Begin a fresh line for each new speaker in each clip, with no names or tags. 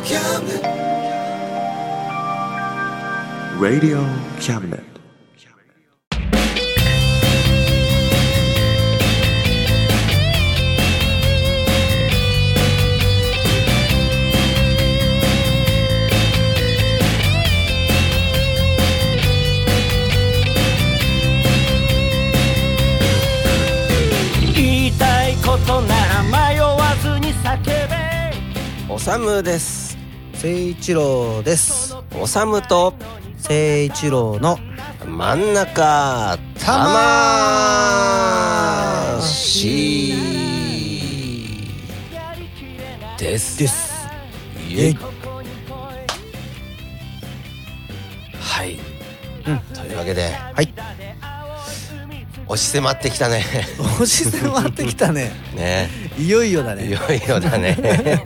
Radio Cabinet.
おさむです。
聖一郎です。
おさむと
聖一郎の
真ん中魂です。イエイ。はい、というわけで、
はい、
押し迫ってきたね。
押し迫ってきたね。
ね、
いよいよだね。
いよいよだね。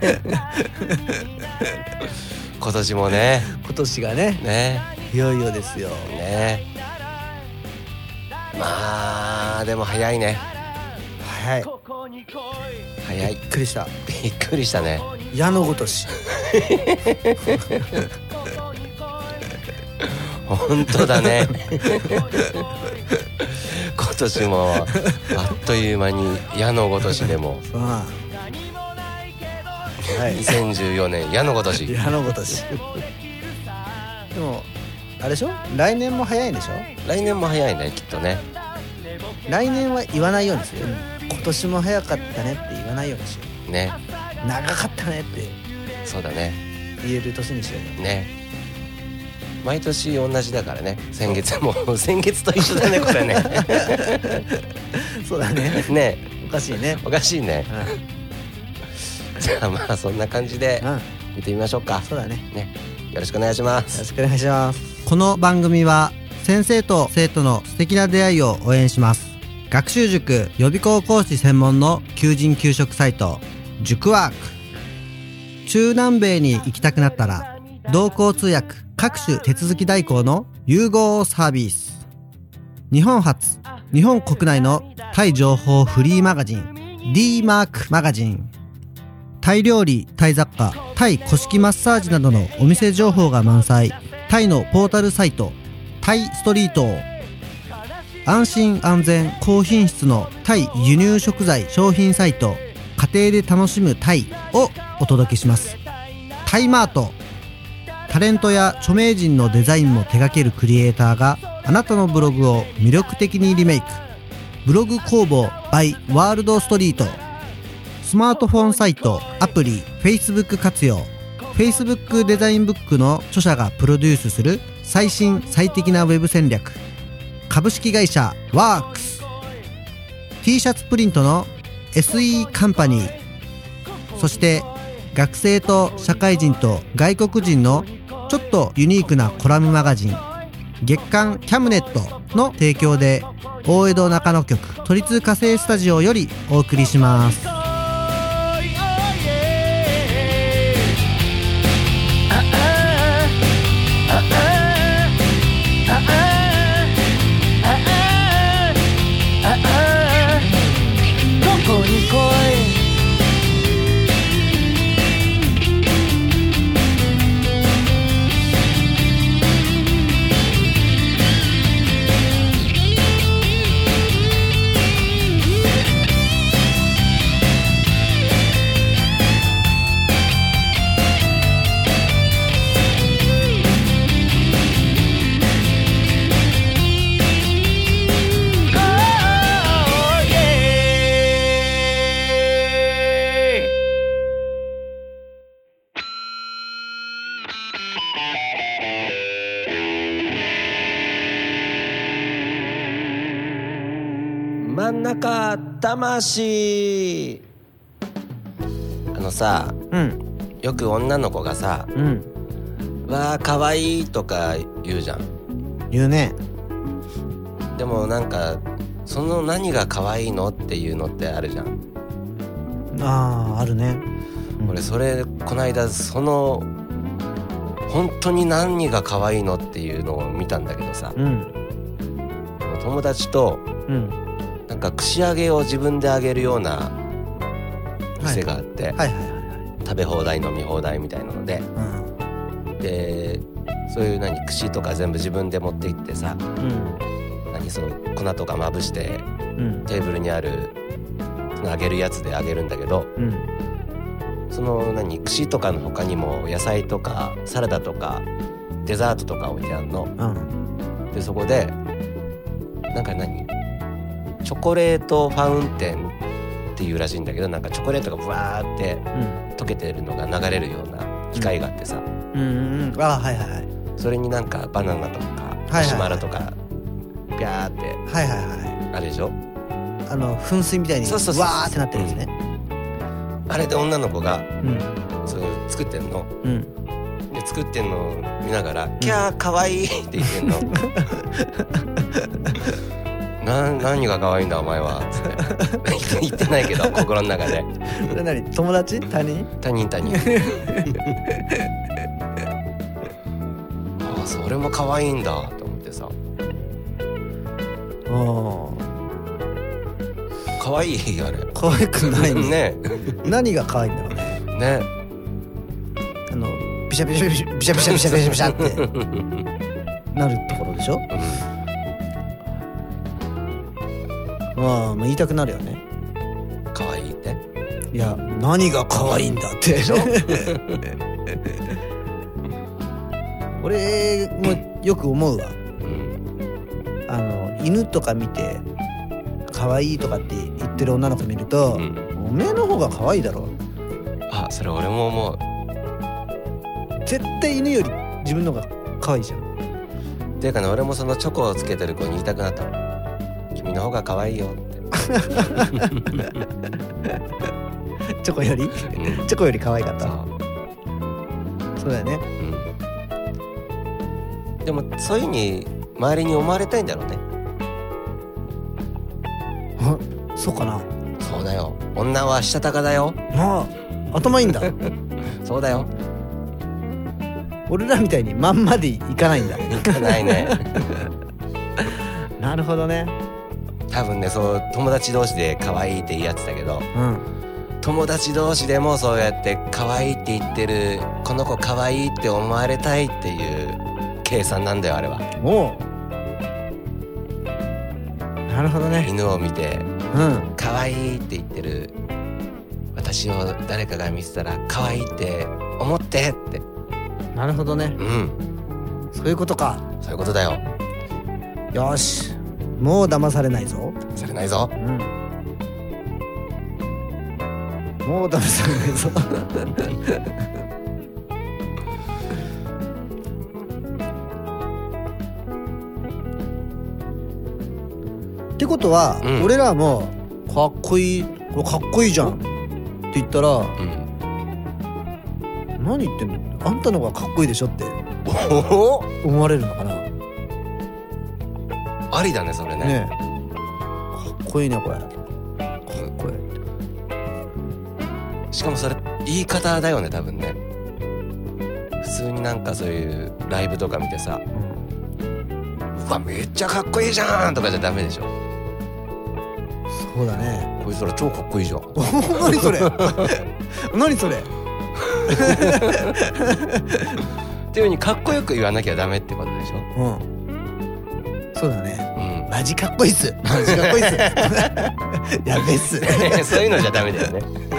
今年もね。
今年がね。
ね、
いよいよですよ。
ね。まあでも早いね。
早い。
早い。
びっくりした。
びっくりしたね。
矢のごとし。
本当だね。今年もあっという間に矢のごとしでも。
はい、
2014年矢のごとし。
矢のごとし。でもあれでしょ、来年も早いんでしょ。
来年も早いね、きっとね。
来年は言わないようにする。今年も早かったねって言わないようにしよう
ね。
長かったねって
そうだね、
言える年にしようよ
ね。毎年同じだからね。先月も先月と一緒だねこれね。
そうだね。
ね、
おかしいね。
おかしいね。じゃあまあそんな感じで見てみましょうか。
そうだね。
よろしくお願いします。
よろしくお願いします。
この番組は先生と生徒の素敵な出会いを応援します。学習塾予備校講師専門の求人・求職サイト塾ワーク。中南米に行きたくなったら同行通訳各種手続き代行の融合サービス。日本初、日本国内のタイ情報フリーマガジン D マークマガジン。タイ料理、タイ雑貨、タイ古式マッサージなどのお店情報が満載。タイのポータルサイトタイストリート。安心安全高品質のタイ輸入食材商品サイト家庭で楽しむタイをお届けします。タイマート。タレントや著名人のデザインも手掛けるクリエイターがあなたのブログを魅力的にリメイク。ブログ工房 by ワールドストリート。スマートフォンサイト、アプリ、Facebook 活用。Facebook デザインブックの著者がプロデュースする最新最適なウェブ戦略。株式会社ワークス。 T シャツプリントの SE カンパニー。そして学生と社会人と外国人のちょっとユニークなコラムマガジン月刊キャムネットの提供で大江戸中野局都立火星スタジオよりお送りします。
真ん中魂。さ、よく女の子がさ、わーかわいいとか言うじゃん。
言うね。
でもなんかその何がかわいいのっていうのってあるじゃん。
あるね。
俺それこないだその本当に何が可愛いのっていうのを見たんだけどさ、友達と、なんか串揚げを自分で揚げるような店があって、 食べ放題飲み放題みたいなので、でそういう串とか全部自分で持って行ってさ、その粉とかまぶして、テーブルにあるその揚げるやつで揚げるんだけど、その串とかの他にも野菜とかサラダとかデザートとか置いてあるの、でそこでチョコレートファウンテンっていうらしいんだけど、チョコレートがブワーって溶けてるのが流れるような機械があってさ、それにバナナとかマシュマロとかビャーってあれでしょ、
噴水みたいにわーってなってるんですね。
あれで女の子がそれ作ってんの、で作ってんのを見ながらキャーかわいいって言ってんの何が可愛いんだお前はつって言ってないけど心の中で
それ何友達他人
あ、それも可愛いんだと思ってさ、可愛いあれ
可愛くない
ね
何が可愛いんだろうね。ビシャビシャビシャビシャビシャビシャビシャビシャってなるところでしょ。まあ言いたくなるよね。
可愛いって。
いや何が可愛いんだってでしょ俺もよく思うわ、犬とか見て可愛いとかって言ってる女の子見ると、おめえの方が可愛いだろ。
あ、それ俺も思う。
絶対犬より自分の方が可愛いじゃん。
っていうかね、俺もそのチョコをつけてる子に言いたくなったの。君の方が可愛いよって
チョコより、チョコより可愛かった。そうだよね、
でもそういう風に周りに思われたいんだろうね。
そうかな。
そうだよ、女はしたたかだよ。
頭いいんだ
そうだよ。
俺らみたいにまんまでいかないんだ。い
かないね
なるほどね。
多分ね、そう友達同士で可愛いって言い合ってたけど、友達同士でもそうやって可愛いって言ってるこの子可愛いって思われたいっていう計算なんだよあれは。
なるほどね。
犬を見て、可愛いって言ってる私を誰かが見てたら可愛いって思ってって。
なるほどね。そういうことか。
そういうことだよ。
よし、もう騙されないぞ。
騙されないぞ。
もう騙されないぞってことは、俺らもかっこいい、これかっこいいじゃんって言ったら、何言ってんの、あんたの方がかっこいいでしょって思われるのかな。
ありだねそれね。
ねえ、かっこいいねこれ。かっこいい。
しかもそれ言い方だよね多分ね。普通にそういうライブとか見てさ、うわめっちゃかっこいいじゃんとかじゃダメでしょ。
そうだね。
こいつら超かっこいいじゃん
何それ何それ
っていう風にかっこよく言わなきゃダメってことでしょ。
そうだね。マジかっこいいっす。マジかっこいいっすやべっす
そういうのじゃダメだよね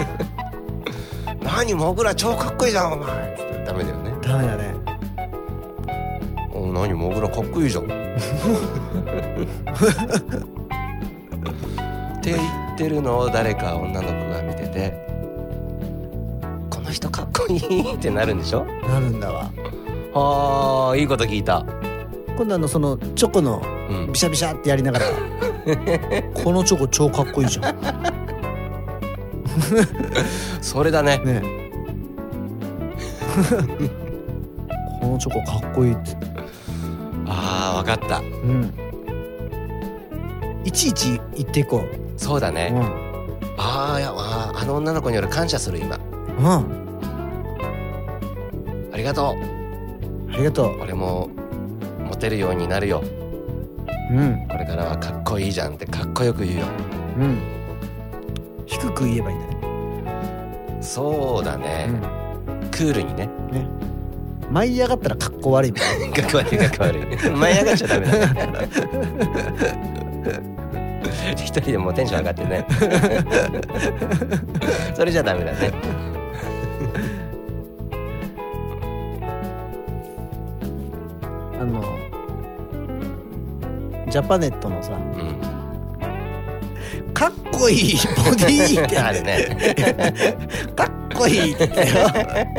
何モグラ超かっこいいじゃんお前ってダメだよね。
ダメだね。
何モグラかっこいいじゃんって言ってるのを誰か女の子が見てて、この人かっこいいってなるんでしょ。
なるんだわ。
いいこと聞いた。
今度そのチョコのビシャビシャってやりながら、このチョコ超かっこいいじゃん
それだね。
このチョコかっこいいって。
分かった。
いちいち言っていこう。
そうだね。あの女の子による感謝する今。ありがとう。
ありがとう。
俺もモテるようになるよ。これからはかっこいいじゃんってかっこよく言うよ。
低く言えばいいんだね。
そうだね、クールにね。
舞い上がったらかっこ悪いみたいな。
かっこ悪いかっこ悪い。舞い上がっちゃダメだね。一人でもうテンション上がってね。それじゃダメだね。
ジャパネットのさ、かっこいいボディーって
あるね。
かっこいいって言ったよ。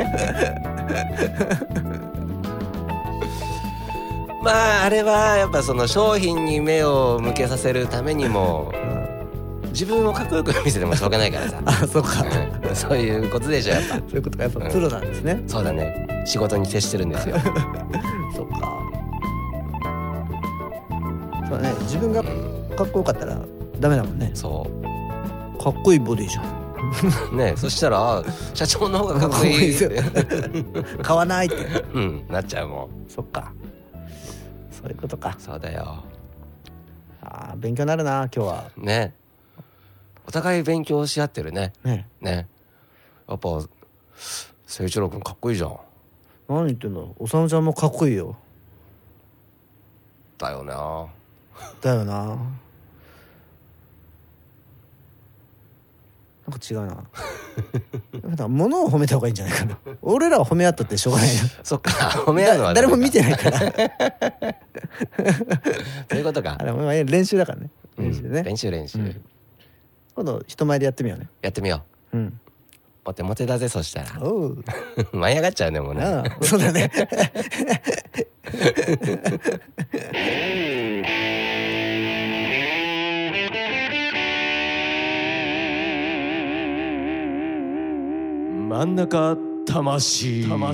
まああれはやっぱその商品に目を向けさせるためにも、自分をかっこよく見せてもしょうがないからさ。
あ、そうか、
そういうことでしょやっぱ。
そういうことか、やっぱプロなんですね、
そうだね、仕事に徹してるんですよ。
そっか。そうね、自分がかっこよかったらダメだもんね。
そう
かっこいいボディじゃん
ね。そしたら社長の方がかっこいいって
買わないって
なっちゃうもん。
そっか、そういうことか。
そうだよ。
あ、勉強になるな今日は
ね。お互い勉強し合ってるね。
ね。
やっぱ誠一郎君かっこいいじゃん。
何言ってんの、おさむちゃんもかっこいいよ。
だよな。
だよな。なんか違うな。なんか物を褒めた方がいいんじゃないかな。俺らは褒め合ったってしょうがないよ。
そっか、褒め合うのは
誰も見てないから。
そういうことか。
あれも練習だからね。練習ね。
練習。
今度人前でやってみようね。
やってみよう。モテモテだぜ。そしたら舞い上がっちゃうねもうね。
ああ、そうだね。
真ん中魂。
はい、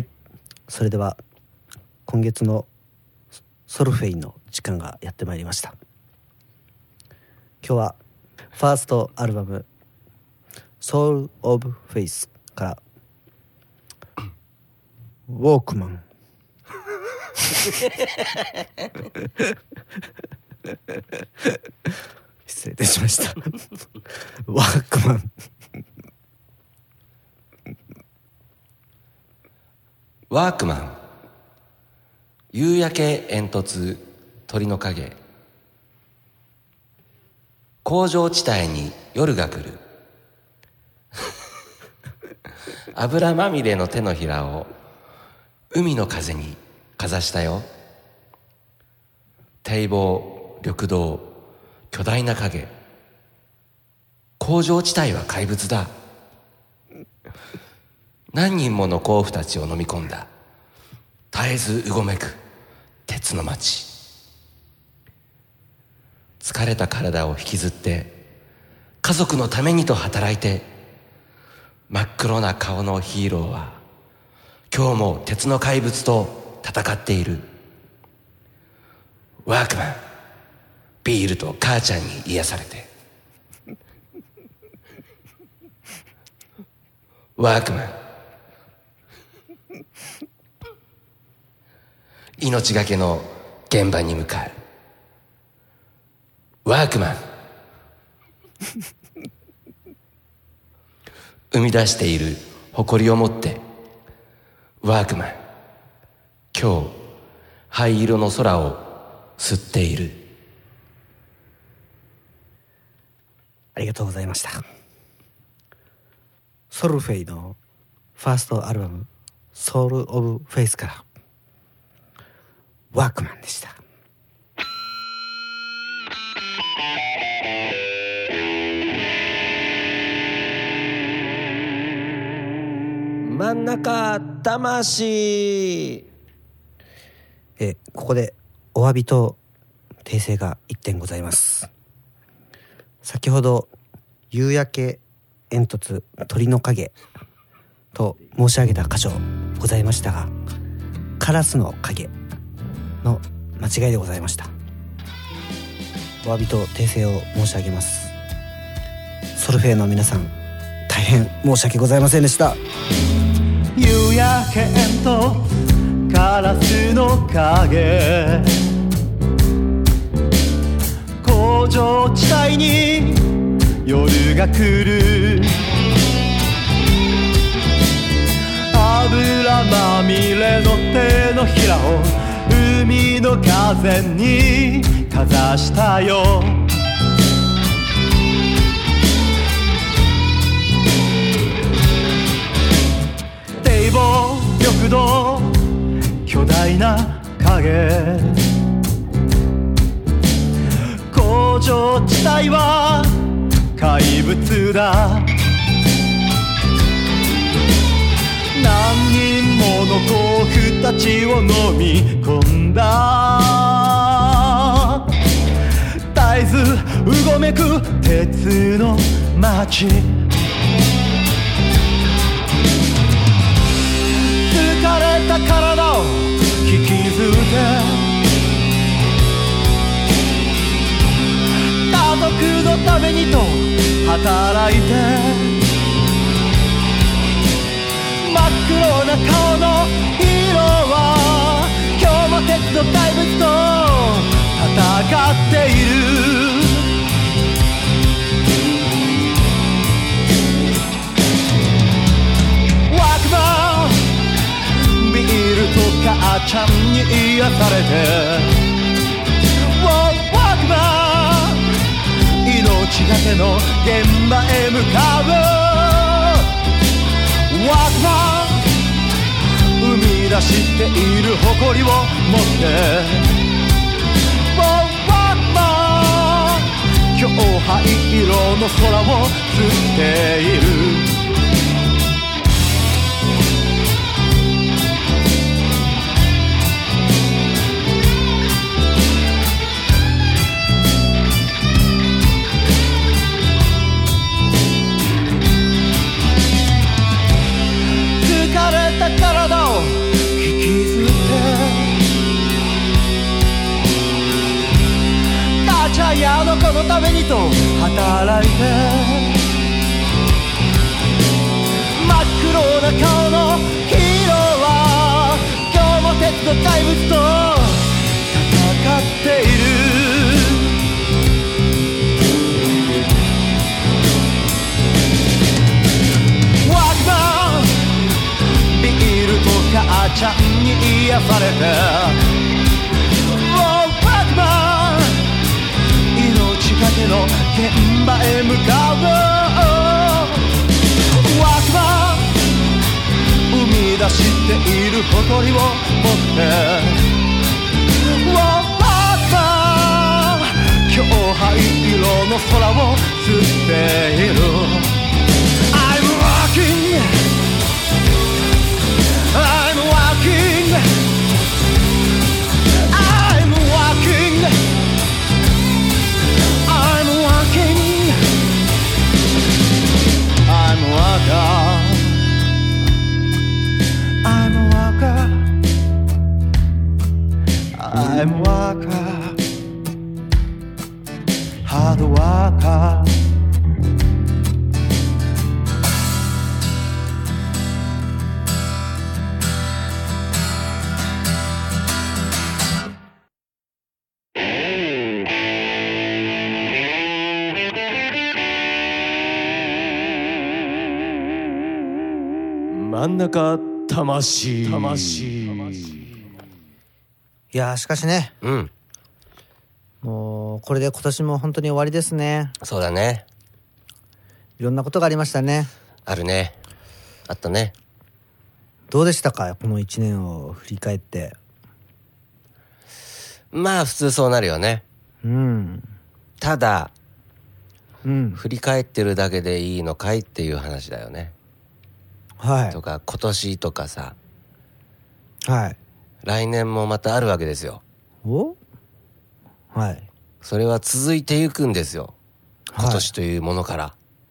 それでは今月のソルフェイの時間がやってまいりました。今日はファーストアルバムソウルオブフェイスからウォークマン失礼いたしました。ワークマン
ワークマン、夕焼け煙突鳥の影、工場地帯に夜が来る。油まみれの手のひらを海の風にかざしたよ。堤防、緑道、巨大な影。工場地帯は怪物だ。何人もの甲府たちを飲み込んだ。絶えずうごめく鉄の町。疲れた体を引きずって家族のためにと働いて、真っ黒な顔のヒーローは今日も鉄の怪物と戦っている。ワークマン、ビールと母ちゃんに癒されて。ワークマン、命がけの現場に向かう。ワークマン、生み出している誇りを持って。ワークマン、今日灰色の空を吸っている。
ありがとうございました。ソルフェイのファーストアルバムソウルオブフェイスからワークマンでした。
真ん中魂。
ここでお詫びと訂正が1点ございます。先ほど夕焼け煙突鳥の影と申し上げた箇所ございましたが、カラスの影の間違いでございました。お詫びと訂正を申し上げます。ソルフェの皆さん、大変申し訳ございませんでした。
夕焼けとカラスの影、工場地帯に夜がが来る油まみれの手のひらを海の風にかざしたよ堤防緑道巨大な影工場地帯は怪物だ何人もの甲府たちを飲み込んだ絶えずうごめく鉄の街疲れた体を引きずって家族のためにと働いて真っ黒な顔の色は今日も鉄の怪物と戦っているワークマンビールと母ちゃんに癒されてワークマン命がけの現場へ向かうワークマン生み出している誇りを持ってワークマン今日灰色の空を吸っている体を引きずってダチャヤの子のためにと働いて真っ黒な顔のヒーローは今日も鉄の怪物と戦っているワークマン母ちゃんに癒されてワークマン命がけの現場へ向かうワークマン生み出している誇りを持ってワークマン今日灰色の空を吸っている I'm walking I'm walking I'm walking I'm walking I'm a walker I'm a walker I'm a walker Hard worker
真ん中魂。
いやーしかしね、もうこれで今年も本当に終わりですね。
そうだね。
いろんなことがありましたね。
あるね。あったね。
どうでしたかこの1年を振り返って。
まあ普通そうなるよね。ただ、振り返ってるだけでいいのかいっていう話だよね。
はい。
とか今年とかさ、
はい。
来年もまたあるわけですよ。
はい。
それは続いていくんですよ。今年というものから。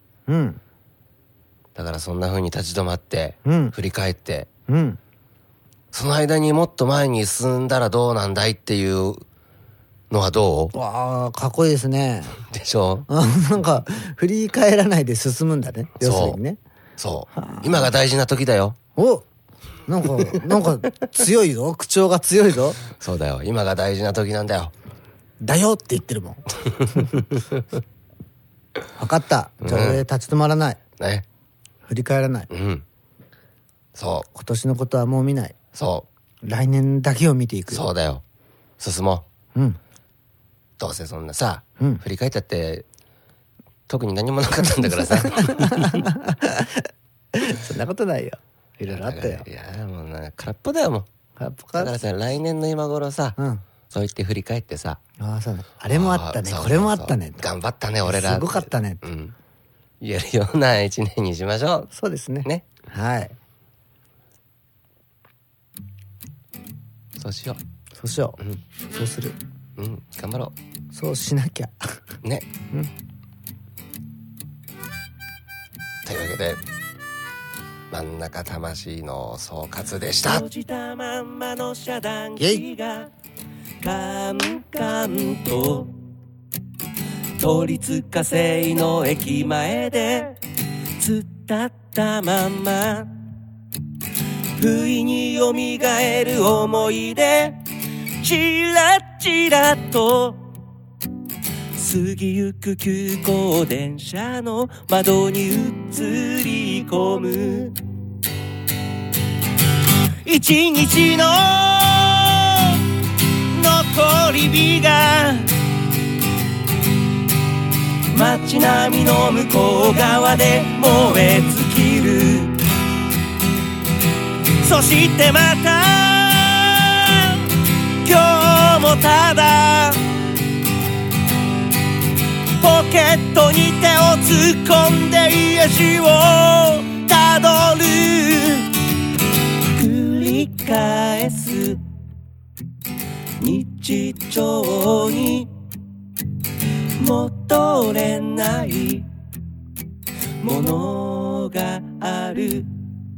だからそんな風に立ち止まって、振り返って、その間にもっと前に進んだらどうなんだいっていうのはどう？
わあ、かっこいいですね。
でしょ？
なんか振り返らないで進むんだね。要するにね。
そう。今が大事な時だよ。
なんか強いぞ。口調が強いぞ。
そうだよ。今が大事な時なんだよ。
だよって言ってるもん。 分かった。じゃあ俺立ち止まらない。
ね。
振り返らない。
うん。そう。
今年のことはもう見ない。
そう。
来年だけを見ていく。
そうだよ。進も
う。うん。
どうせそんなさ、
うん、
振り返ったって特に何もなかったんだからさ。
そんなことないよ。いろいろあったよ。
いやもう空っぽだよもう。空っぽか。だからさ、来年の今頃さ、そう言って振り返ってさ、
そうね、あれもあったね、これもあったね、
頑張ったね俺ら、
すごかったね、
言えるような一年にしましょう。
そうですね。
ね。
はい。
そうしよ
う。そうしよう。そうする。
頑張ろ
う。そうしなきゃ。
ね。というわけで、真ん中魂の総括でした。閉じたまんまの遮断機がカンカンと都立火星の駅前で突っ立ったまんま、不意に蘇る思い出、チラチラと過ぎゆく急行電車の窓に映り込む一日の残り火が街並みの向こう側で燃え尽きる。そしてまた今日もただポケットに手を突っ込んで癒しをたどる。繰り返す日常に戻れないものがある。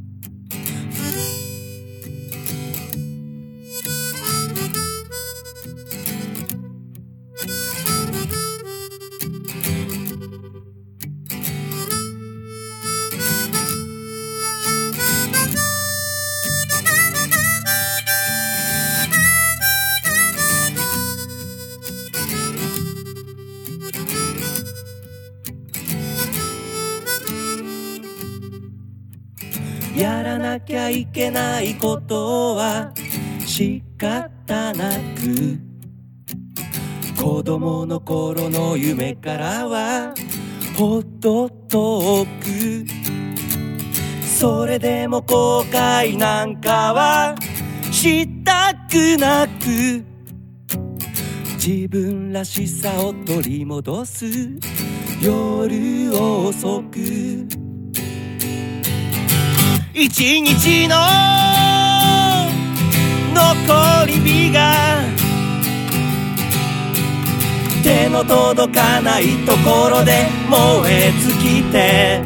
やらなきゃいけないことは仕方なく、子供の頃の夢からはほど遠く、それでも後悔なんかはしたくなく、自分らしさを取り戻す夜遅く、一日の残り火が手の届かないところで燃え尽きて、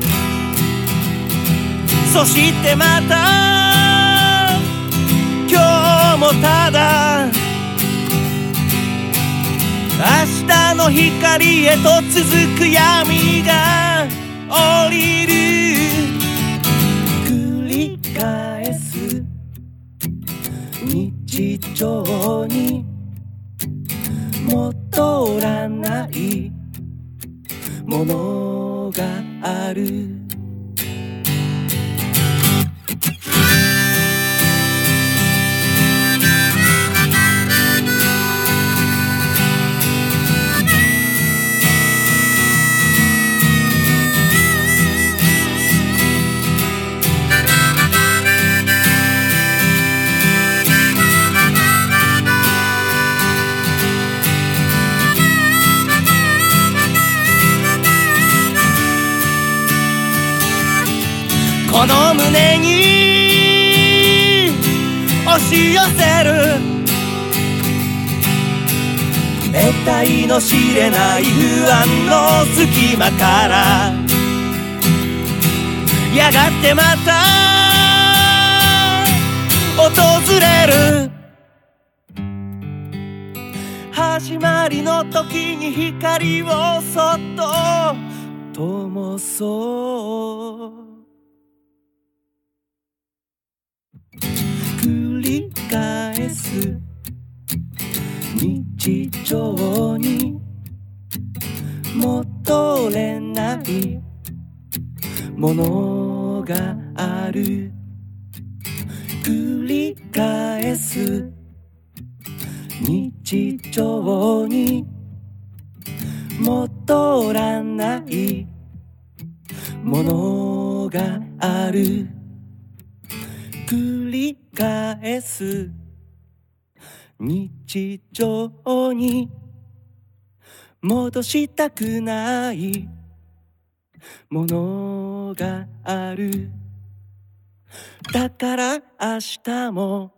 そしてまた今日もただ明日の光へと続く闇が降りる。繰り返す日常に戻らないものがある。この胸に押し寄せる得体の知れない不安の隙間から、やがてまた訪れる始まりの時に光をそっと灯そう。繰り返す日常に戻戻れないものがある。繰り返す日常に戻らないものがある。繰り返す日常に戻したくないものがある。だから明日も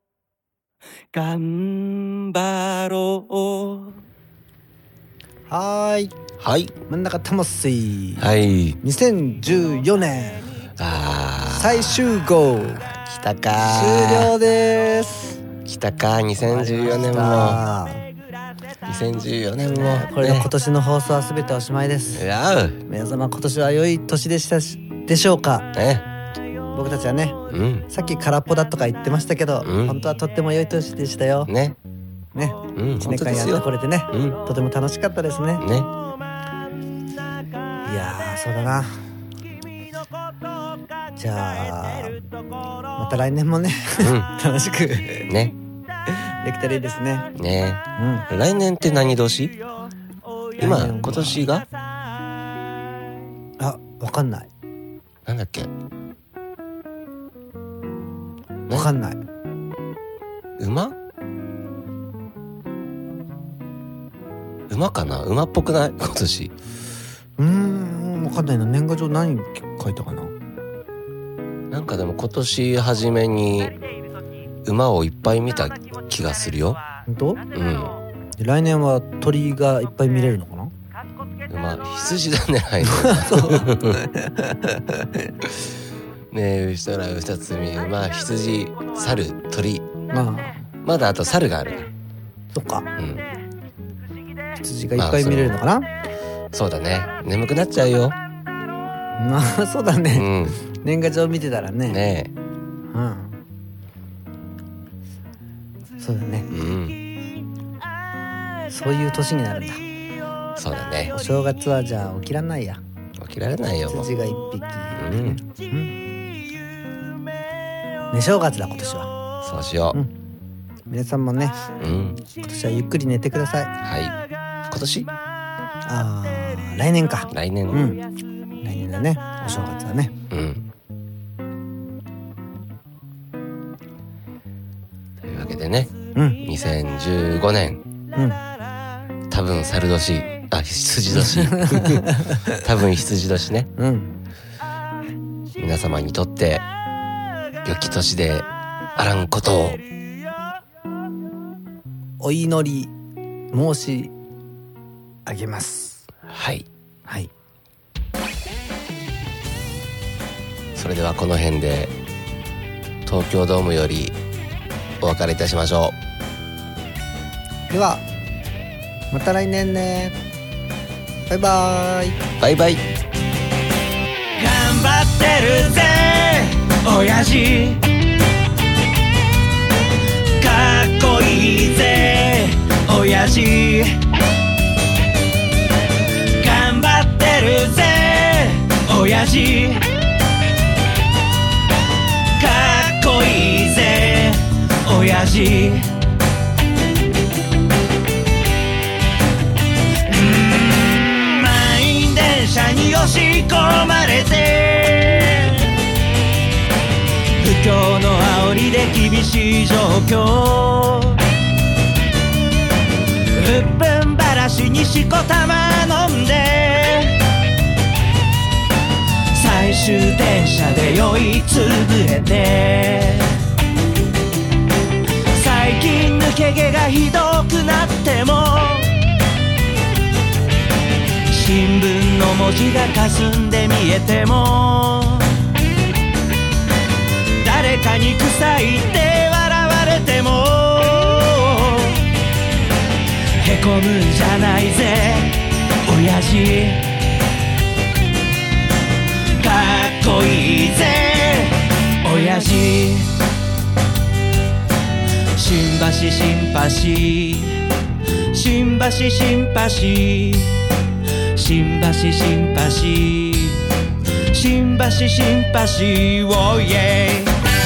頑張ろう。
はーい、
はい
真ん中魂。
はい
2014年最終号
来たか
終了です。
来たか2014年も2014年も
これで今年の放送は全ておしまいです。
いや
皆様今年は良い年でしたでしょうか。
ね
僕たちはね、
うん
さっき空っぽだとか言ってましたけど、
うん
本当はとっても良い年でしたよ。
ね
ね、
うん
1
本
年間やって
当ですよ
これてね、
うん
とても楽しかったですね。
ね
いやー、そうだな。じゃあまた来年もね、楽しくで
ね
きたらいいですね。
ね
うん。
来年って何年？今
来年は
今年が
あ、わかんない。
なんだっけ？
わかんない。
馬かな？馬っぽくない？今年
わかんないな。年賀状何書いたかな。
なんかでも今年初めに馬をいっぱい見た気がするよ。
本当？
うん
で来年は鳥がいっぱい見れるのかな。
馬羊だね来年ねえしたら2つ目馬羊猿鳥
まあ、
まだあと猿があるか
そっか。
らうん
羊がいっぱい見れるのかな。
そうだね眠くなっちゃうよ
まあ、そうだ
う
ね。
ん
年賀状見てたらね。
ね
うん。そうだね
え。うん
そういう年になるんだ。
そうだね
お正月はじゃあ起きらんないや。
起きられないよもう
羊が一匹。
うん
ね、正月だ今年は。
そうしよ
皆さんもね、
ううん
今年はゆっくり寝てください。
はい今年
あー、来年か。
来年
うん。来年だね。お正月はね。
うんというわけでね
うん。
2015年
うん。
多分猿年羊年多分羊年ね
うん。
皆様にとって良き年であらんことを
お祈り申し上げます。
はい
はい。
それではこの辺で東京ドームよりお別れいたしましょ
では、また来年ね。バイバーイ。
うバイバイ
頑張ってるぜ親父かっこいいぜ親父頑張ってるぜ親父かっこいいぜ親父満員電車に押し込まれて不況の煽りで厳しい状況うっぷんばらしにしこたま飲んで最終電車で酔いつぶれて最近抜け毛がひどくなっても新聞の文字が霞んで見えても誰かに臭いって笑われてもへこむんじゃないぜ親父かっこいいぜ親父新橋新橋新橋新橋新橋新橋新橋新橋おいえ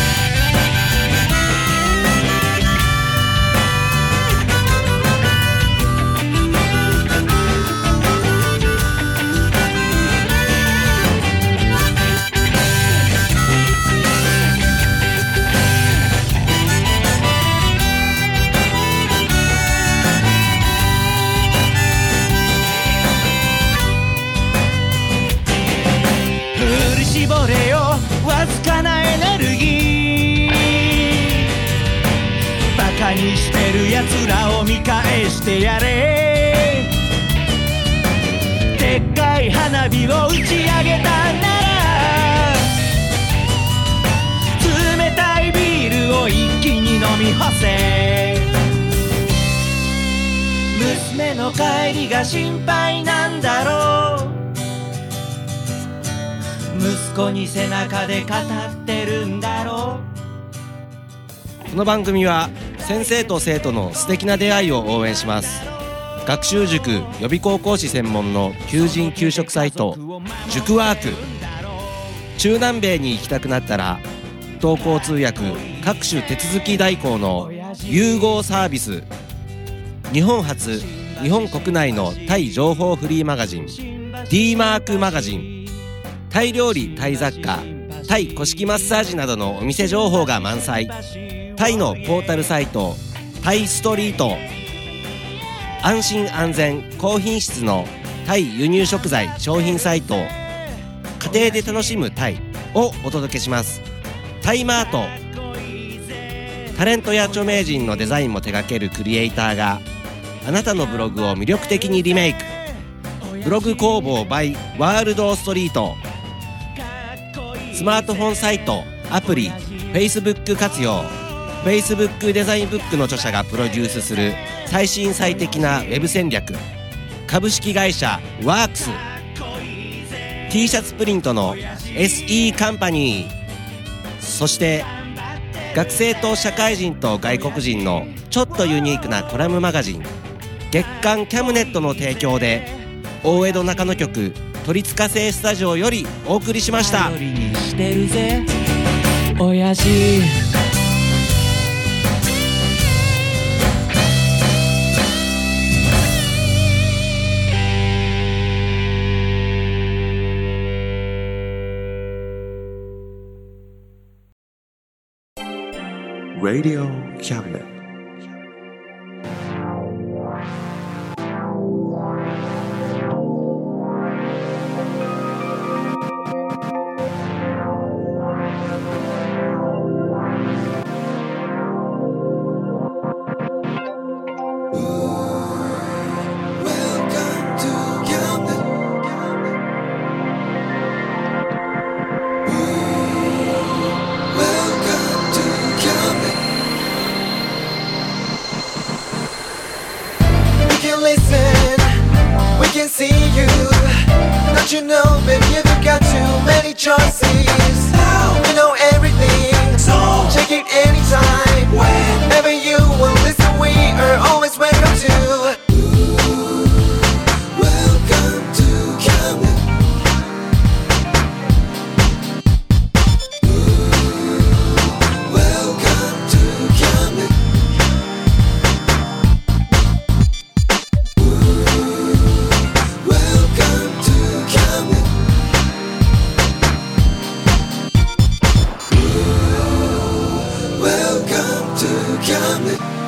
絞れよわずかなエネルギーバカにしてるやつらを見返してやれでっかい花火を打ち上げたなら冷たいビールを一気に飲み干せ娘の帰りが心配なんだろう息子に背中で語ってるんだろ
この番組は先生と生徒の素敵な出会いを応援します。学習塾予備高校師専門の求人・求職サイト塾ワーク。中南米に行きたくなったら同行通訳各種手続き代行の融合サービス。日本初日本国内のタイ情報フリーマガジン D マークマガジン。タイ料理、タイ雑貨、タイ古式マッサージなどのお店情報が満載。タイのポータルサイトタイストリート。安心安全高品質のタイ輸入食材商品サイト家庭で楽しむタイをお届けします。タイマート。タレントや著名人のデザインも手掛けるクリエイターがあなたのブログを魅力的にリメイク。ブログ工房 by ワールドストリート。スマートフォンサイト、アプリ、Facebook 活用。Facebook デザインブックの著者がプロデュースする最新最適なウェブ戦略。株式会社ワークス。T シャツプリントの SE カンパニー。そして学生と社会人と外国人のちょっとユニークなコラムマガジン月刊キャムネットの提供で大江戸中野局鳥塚製スタジオよりお送りしました。
頼りにしてるぜ親父
Radio Cabinet.
You know, baby, you've got too many choices. You know everything, so check it anytime. Whenever you will listen, we are always welcome to. Welcome to Camden. Welcome to Camden. Welcome to Camden. Welcome to Camden.